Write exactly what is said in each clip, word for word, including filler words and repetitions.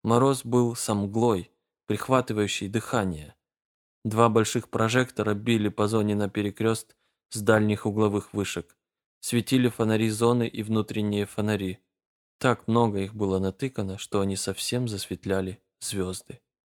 Мороз был со мглой, прихватывающей дыхание. Два больших прожектора били по зоне наперекрест с дальних угловых вышек. Светили фонари зоны и внутренние фонари. Так много их было натыкано, что они совсем засветляли звезды.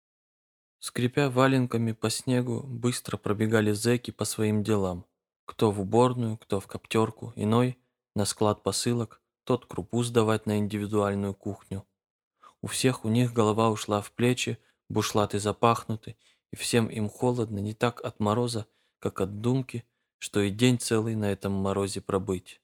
Скрипя валенками по снегу, быстро пробегали зэки по своим делам. Кто в уборную, кто в коптерку, иной на склад посылок, тот крупу сдавать на индивидуальную кухню. У всех у них голова ушла в плечи, бушлаты запахнуты, и всем им холодно не так от мороза, как от думки, что и день целый на этом морозе пробыть.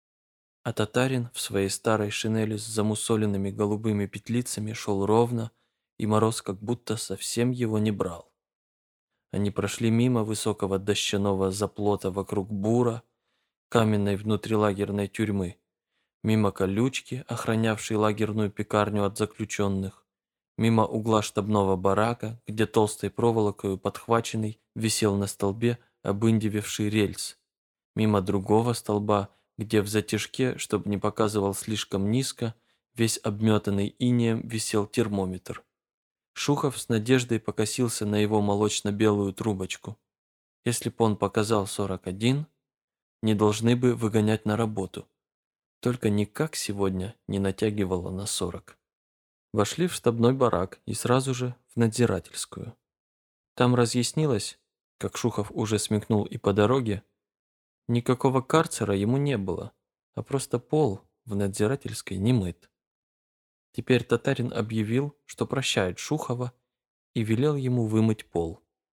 А татарин в своей старой шинели с замусоленными голубыми петлицами шел ровно, и мороз как будто совсем его не брал. Они прошли мимо высокого дощаного заплота вокруг бура, каменной внутрилагерной тюрьмы, мимо колючки, охранявшей лагерную пекарню от заключенных, мимо угла штабного барака, где толстой проволокой подхваченный висел на столбе обындивевший рельс, мимо другого столба, где в затяжке, чтобы не показывал слишком низко, весь обметанный инеем висел термометр. Шухов с надеждой покосился на его молочно-белую трубочку. Если б он показал сорок один, не должны бы выгонять на работу. Только никак сегодня не натягивало на сорок. Вошли в штабной барак и сразу же в надзирательскую. Там разъяснилось, как Шухов уже смекнул и по дороге, никакого карцера ему не было, а просто пол в надзирательской не мыт. Теперь татарин объявил, что прощает Шухова и велел ему вымыть пол.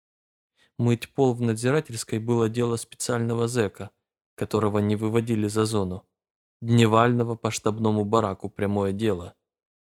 Мыть пол в надзирательской было дело специального зэка, которого не выводили за зону. Дневального по штабному бараку прямое дело.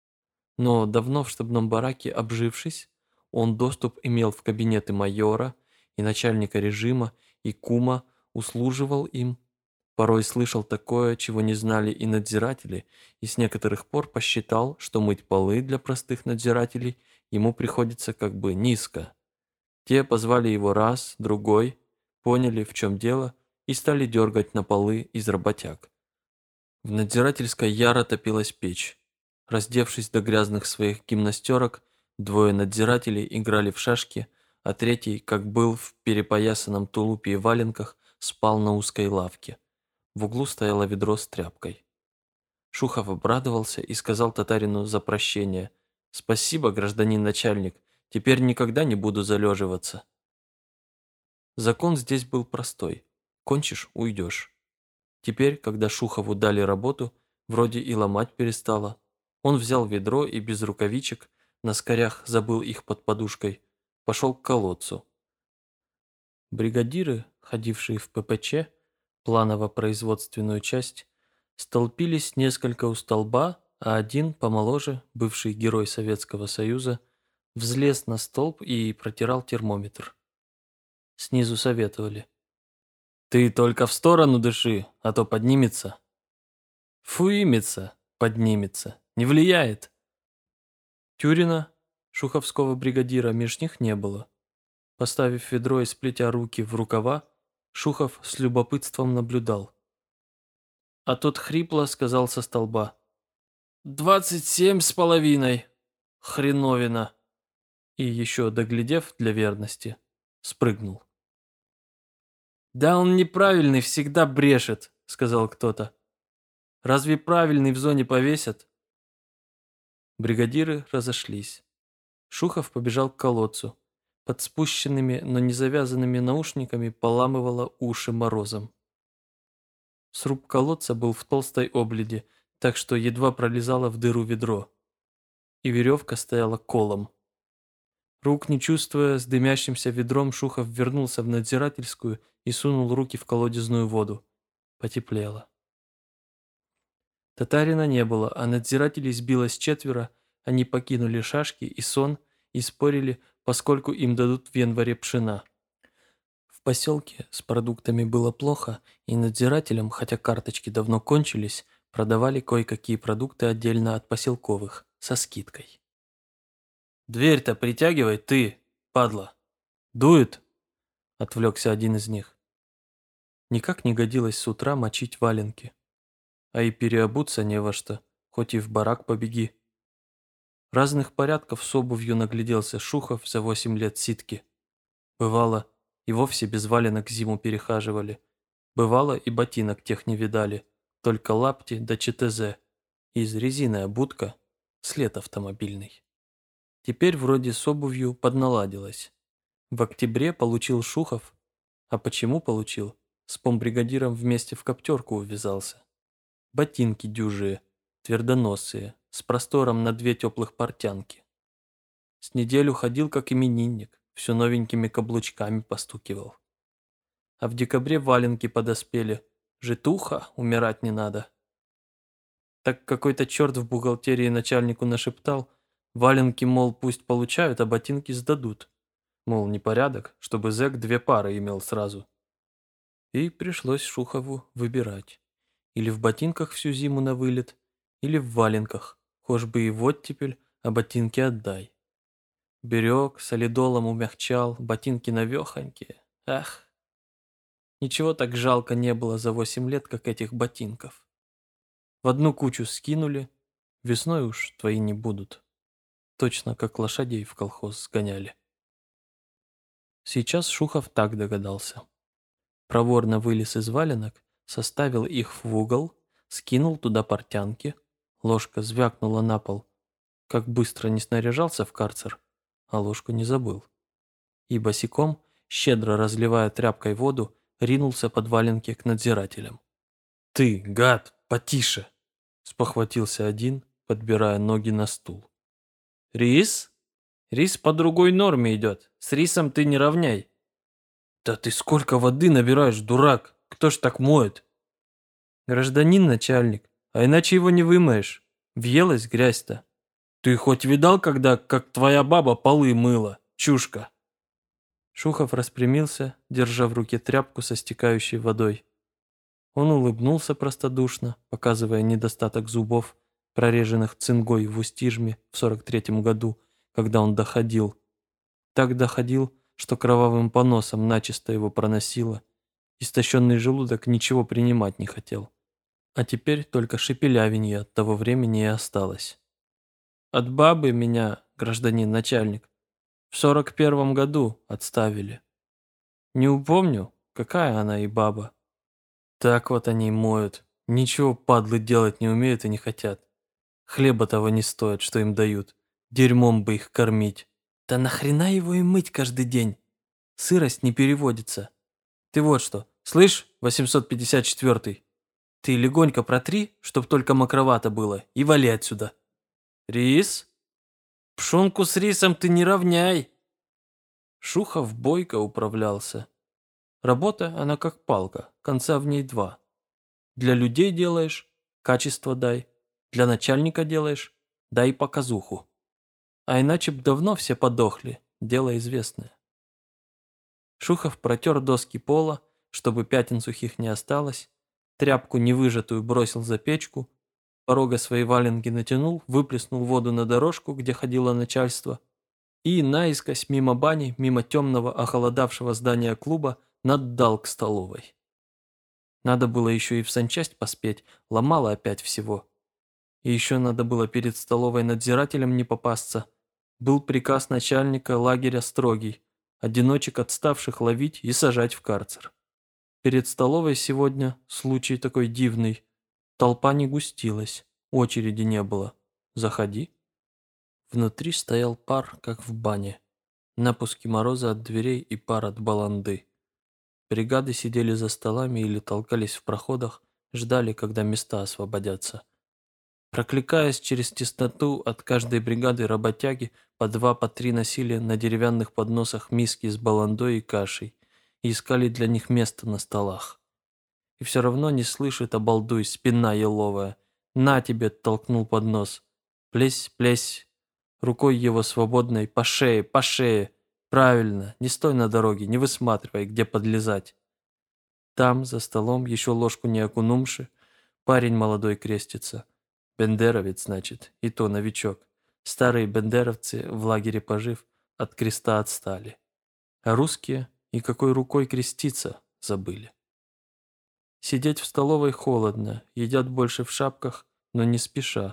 Но давно в штабном бараке обжившись, он доступ имел в кабинеты майора и начальника режима, и кума, услуживал им. Порой слышал такое, чего не знали и надзиратели, и с некоторых пор посчитал, что мыть полы для простых надзирателей ему приходится как бы низко. Те позвали его раз, другой, поняли, в чем дело, и стали дергать на полы из работяг. В надзирательской яро топилась печь. Раздевшись до грязных своих гимнастерок, двое надзирателей играли в шашки, а третий, как был в перепоясанном тулупе и валенках, спал на узкой лавке. В углу стояло ведро с тряпкой. Шухов обрадовался и сказал татарину за прощение: «Спасибо, гражданин начальник, теперь никогда не буду залеживаться». Закон здесь был простой: кончишь — уйдешь. Теперь, когда Шухову дали работу, вроде и ломать перестало. Он взял ведро и без рукавичек, на скорях забыл их под подушкой, пошел к колодцу. Бригадиры, ходившие в ППЧ, планово-производственную часть, столпились несколько у столба, а один, помоложе, бывший герой Советского Союза, взлез на столб и протирал термометр. Снизу советовали: «Ты только в сторону дыши, а то поднимется». «Фуимится, поднимется, не влияет». Тюрина, шуховского бригадира, меж них не было. Поставив ведро и сплетя руки в рукава, Шухов с любопытством наблюдал. А тот хрипло сказал со столба: «Двадцать семь с половиной. Хреновина». И еще доглядев для верности, спрыгнул. «Да он неправильный, всегда брешет», — сказал кто-то. «Разве правильный в зоне повесят?» Бригадиры разошлись. Шухов побежал к колодцу. Под спущенными, но не завязанными наушниками поламывало уши морозом. Сруб колодца был в толстой обледи, так что едва пролезало в дыру ведро. И веревка стояла колом. Рук не чувствуя, с дымящимся ведром Шухов вернулся в надзирательскую и сунул руки в колодезную воду. Потеплело. Татарина не было, а надзирателей сбилось четверо, они покинули шашки и сон и спорили, поскольку им дадут в январе пшена. В поселке с продуктами было плохо, и надзирателям, хотя карточки давно кончились, продавали кое-какие продукты отдельно от поселковых, со скидкой. «Дверь-то притягивай ты, падла! Дует?» — отвлекся один из них. Никак не годилось с утра мочить валенки. А и переобуться не во что, хоть и в барак побеги. Разных порядков с обувью нагляделся Шухов за восемь лет ситки. Бывало, и вовсе без валенок зиму перехаживали. Бывало, и ботинок тех не видали, только лапти да ЧТЗ. Из резиновая будка, след автомобильный. Теперь вроде с обувью подналадилось. В октябре получил Шухов. А почему получил? С помбригадиром вместе в коптерку увязался. Ботинки дюжие, твердоносые, с простором на две теплых портянки. С неделю ходил как именинник, все новенькими каблучками постукивал. А в декабре валенки подоспели. Житуха, умирать не надо. Так какой-то черт в бухгалтерии начальнику нашептал, валенки, мол, пусть получают, а ботинки сдадут. Мол, непорядок, чтобы зэк две пары имел сразу. И пришлось Шухову выбирать. Или в ботинках всю зиму на вылет, или в валенках. Хошь бы и в оттепель, а ботинки отдай. Берег, солидолом умягчал, ботинки навехонькие. Ах, ничего так жалко не было за восемь лет, как этих ботинков. В одну кучу скинули, весной уж твои не будут. Точно как лошадей в колхоз сгоняли. Сейчас Шухов так догадался. Проворно вылез из валенок, составил их в угол, скинул туда портянки, ложка звякнула на пол. Как быстро не снаряжался в карцер, а ложку не забыл. И босиком, щедро разливая тряпкой воду, ринулся под валенки к надзирателям. «Ты, гад, потише!» — спохватился один, подбирая ноги на стул. «Рис? Рис по другой норме идет. С рисом ты не равняй». «Да ты сколько воды набираешь, дурак? Кто ж так моет?» «Гражданин начальник, а иначе его не вымоешь. Въелась грязь-то. Ты хоть видал, когда, как твоя баба полы мыла, чушка?» Шухов распрямился, держа в руке тряпку со стекающей водой. Он улыбнулся простодушно, показывая недостаток зубов, прореженных цингой в Устижме в сорок третьем году, когда он доходил. Так доходил, что кровавым поносом начисто его проносило. Истощенный желудок ничего принимать не хотел. А теперь только шепелявенье от того времени и осталось. От бабы меня, гражданин начальник, в сорок первом году отставили. Не упомню, какая она и баба. Так вот они моют. Ничего падлы делать не умеют и не хотят. Хлеба того не стоит, что им дают. Дерьмом бы их кормить. Да нахрена его и мыть каждый день? Сырость не переводится. Ты вот что, слышь, восемьсот пятьдесят четвёртый, ты легонько протри, чтоб только мокровато было, и вали отсюда. Рис? Пшенку с рисом ты не равняй. Шухов бойко управлялся. Работа, она как палка, конца в ней два. Для людей делаешь, качество дай. Для начальника делаешь, дай показуху. А иначе б давно все подохли, дело известное. Шухов протер доски пола, чтобы пятен сухих не осталось, тряпку невыжатую бросил за печку, порога своей валенки натянул, выплеснул воду на дорожку, где ходило начальство, и наискось мимо бани, мимо темного охолодавшего здания клуба, наддал к столовой. Надо было еще и в санчасть поспеть, ломало опять всего. И еще надо было перед столовой надзирателем не попасться. Был приказ начальника лагеря строгий: одиночек отставших ловить и сажать в карцер. Перед столовой сегодня случай такой дивный. Толпа не густилась, очереди не было. Заходи. Внутри стоял пар, как в бане. Напуски мороза от дверей и пар от баланды. Бригады сидели за столами или толкались в проходах, ждали, когда места освободятся. Прокликаясь через тесноту, от каждой бригады работяги по два, по три носили на деревянных подносах миски с баландой и кашей и искали для них место на столах. И все равно не слышит обалдуй, спина еловая. «На тебе!» — толкнул поднос. «Плесь, плесь!» Рукой его свободной по шее, по шее. Правильно, не стой на дороге, не высматривай, где подлезать. Там, за столом, еще ложку не окунумши, парень молодой крестится. Бендеровец, значит, и то новичок. Старые бендеровцы, в лагере пожив, от креста отстали. А русские и какой рукой креститься забыли. Сидеть в столовой холодно, едят больше в шапках, но не спеша.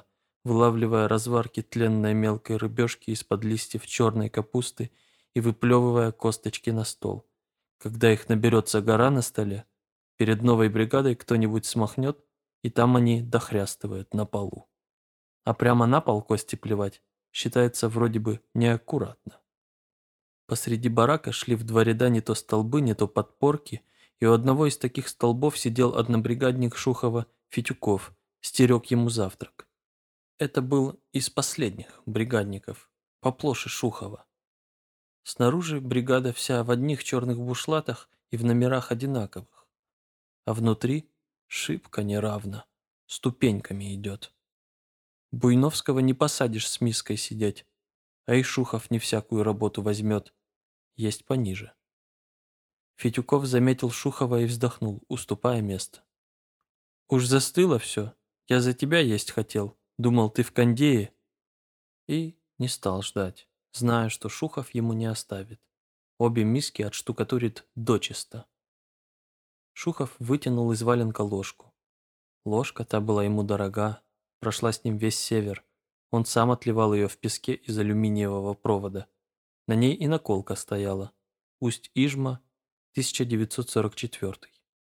вылавливая разварки тленной мелкой рыбешки из-под листьев черной капусты и выплевывая косточки на стол. Когда их наберется гора на столе, перед новой бригадой кто-нибудь смахнет, и там они дохрястывают на полу. А прямо на пол кости плевать считается вроде бы неаккуратно. Посреди барака шли в два ряда не то столбы, не то подпорки, и у одного из таких столбов сидел однобригадник Шухова Фитюков, стерег ему завтрак. Это был из последних бригадников, поплоше Шухова. Снаружи бригада вся в одних черных бушлатах и в номерах одинаковых, а внутри шибко неравно, ступеньками идет. Буйновского не посадишь с миской сидеть, а и Шухов не всякую работу возьмет, есть пониже. Фитюков заметил Шухова и вздохнул, уступая место. «Уж застыло все, я за тебя есть хотел, думал, ты в кондее». И не стал ждать, зная, что Шухов ему не оставит. Обе миски отштукатурит дочисто. Шухов вытянул из валенка ложку. Ложка та была ему дорога, прошла с ним весь север. Он сам отливал ее в песке из алюминиевого провода. На ней и наколка стояла. Усть-Ижма, тысяча девятьсот сорок четвёртый.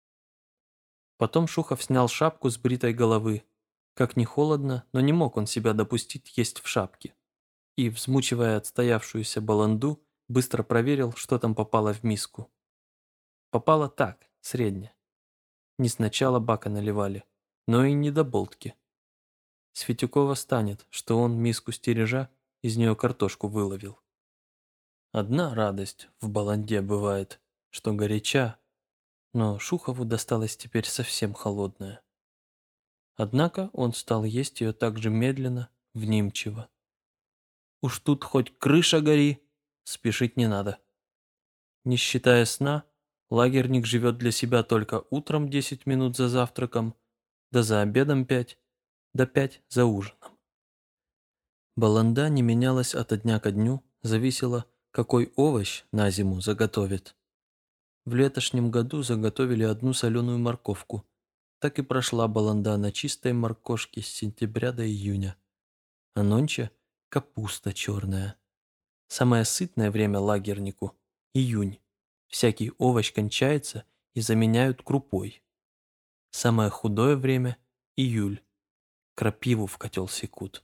Потом Шухов снял шапку с бритой головы. Как ни холодно, но не мог он себя допустить есть в шапке. И, взмучивая отстоявшуюся баланду, быстро проверил, что там попало в миску. Попало так, средне. Не сначала бака наливали, но и не до болтки. С Фитюкова станет, что он миску стережа из нее картошку выловил. Одна радость в баланде бывает, что горяча, но Шухову досталась теперь совсем холодная. Однако он стал есть ее так же медленно, внимчиво. Уж тут хоть крыша гори, спешить не надо. Не считая сна, лагерник живет для себя только утром десять минут за завтраком, да за обедом пять, да пять за ужином. Баланда не менялась ото дня ко дню, зависело, какой овощ на зиму заготовит. В летошнем году заготовили одну соленую морковку. Так и прошла баланда на чистой моркошке с сентября до июня. А нонче капуста черная. Самое сытное время лагернику – июнь. Всякий овощ кончается и заменяют крупой. Самое худое время – июль. Крапиву в котел секут.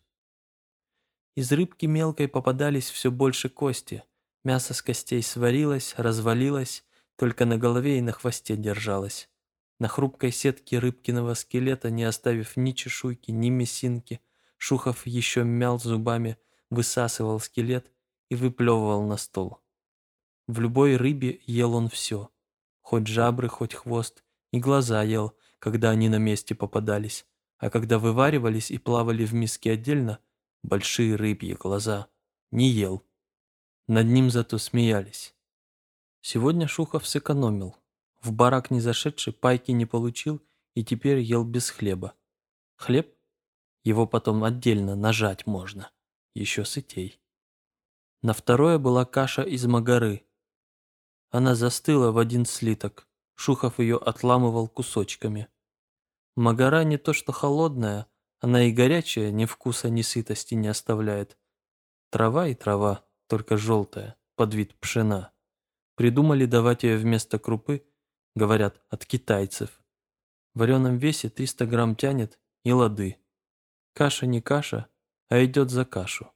Из рыбки мелкой попадались все больше кости. Мясо с костей сварилось, развалилось, только на голове и на хвосте держалось. На хрупкой сетке рыбкиного скелета, не оставив ни чешуйки, ни мясинки, Шухов еще мял зубами, высасывал скелет и выплевывал на стол. В любой рыбе ел он все. Хоть жабры, хоть хвост, и глаза ел, когда они на месте попадались. А когда вываривались и плавали в миске отдельно, большие рыбьи глаза, не ел. Над ним зато смеялись. Сегодня Шухов сэкономил. В барак не зашедший, пайки не получил и теперь ел без хлеба. Хлеб? Его потом отдельно нажать можно. Еще сытей. На второе была каша из магары. Она застыла в один слиток. Шухов ее отламывал кусочками. Магара не то что холодная, она и горячая, ни вкуса, ни сытости не оставляет. Трава и трава, только желтая, под вид пшена. Придумали давать ее вместо крупы, говорят, от китайцев. В вареном весе триста грамм тянет и лады. Каша не каша, а идет за кашу.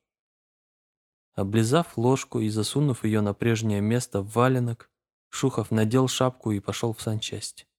Облизав ложку и засунув ее на прежнее место в валенок, Шухов надел шапку и пошел в санчасть.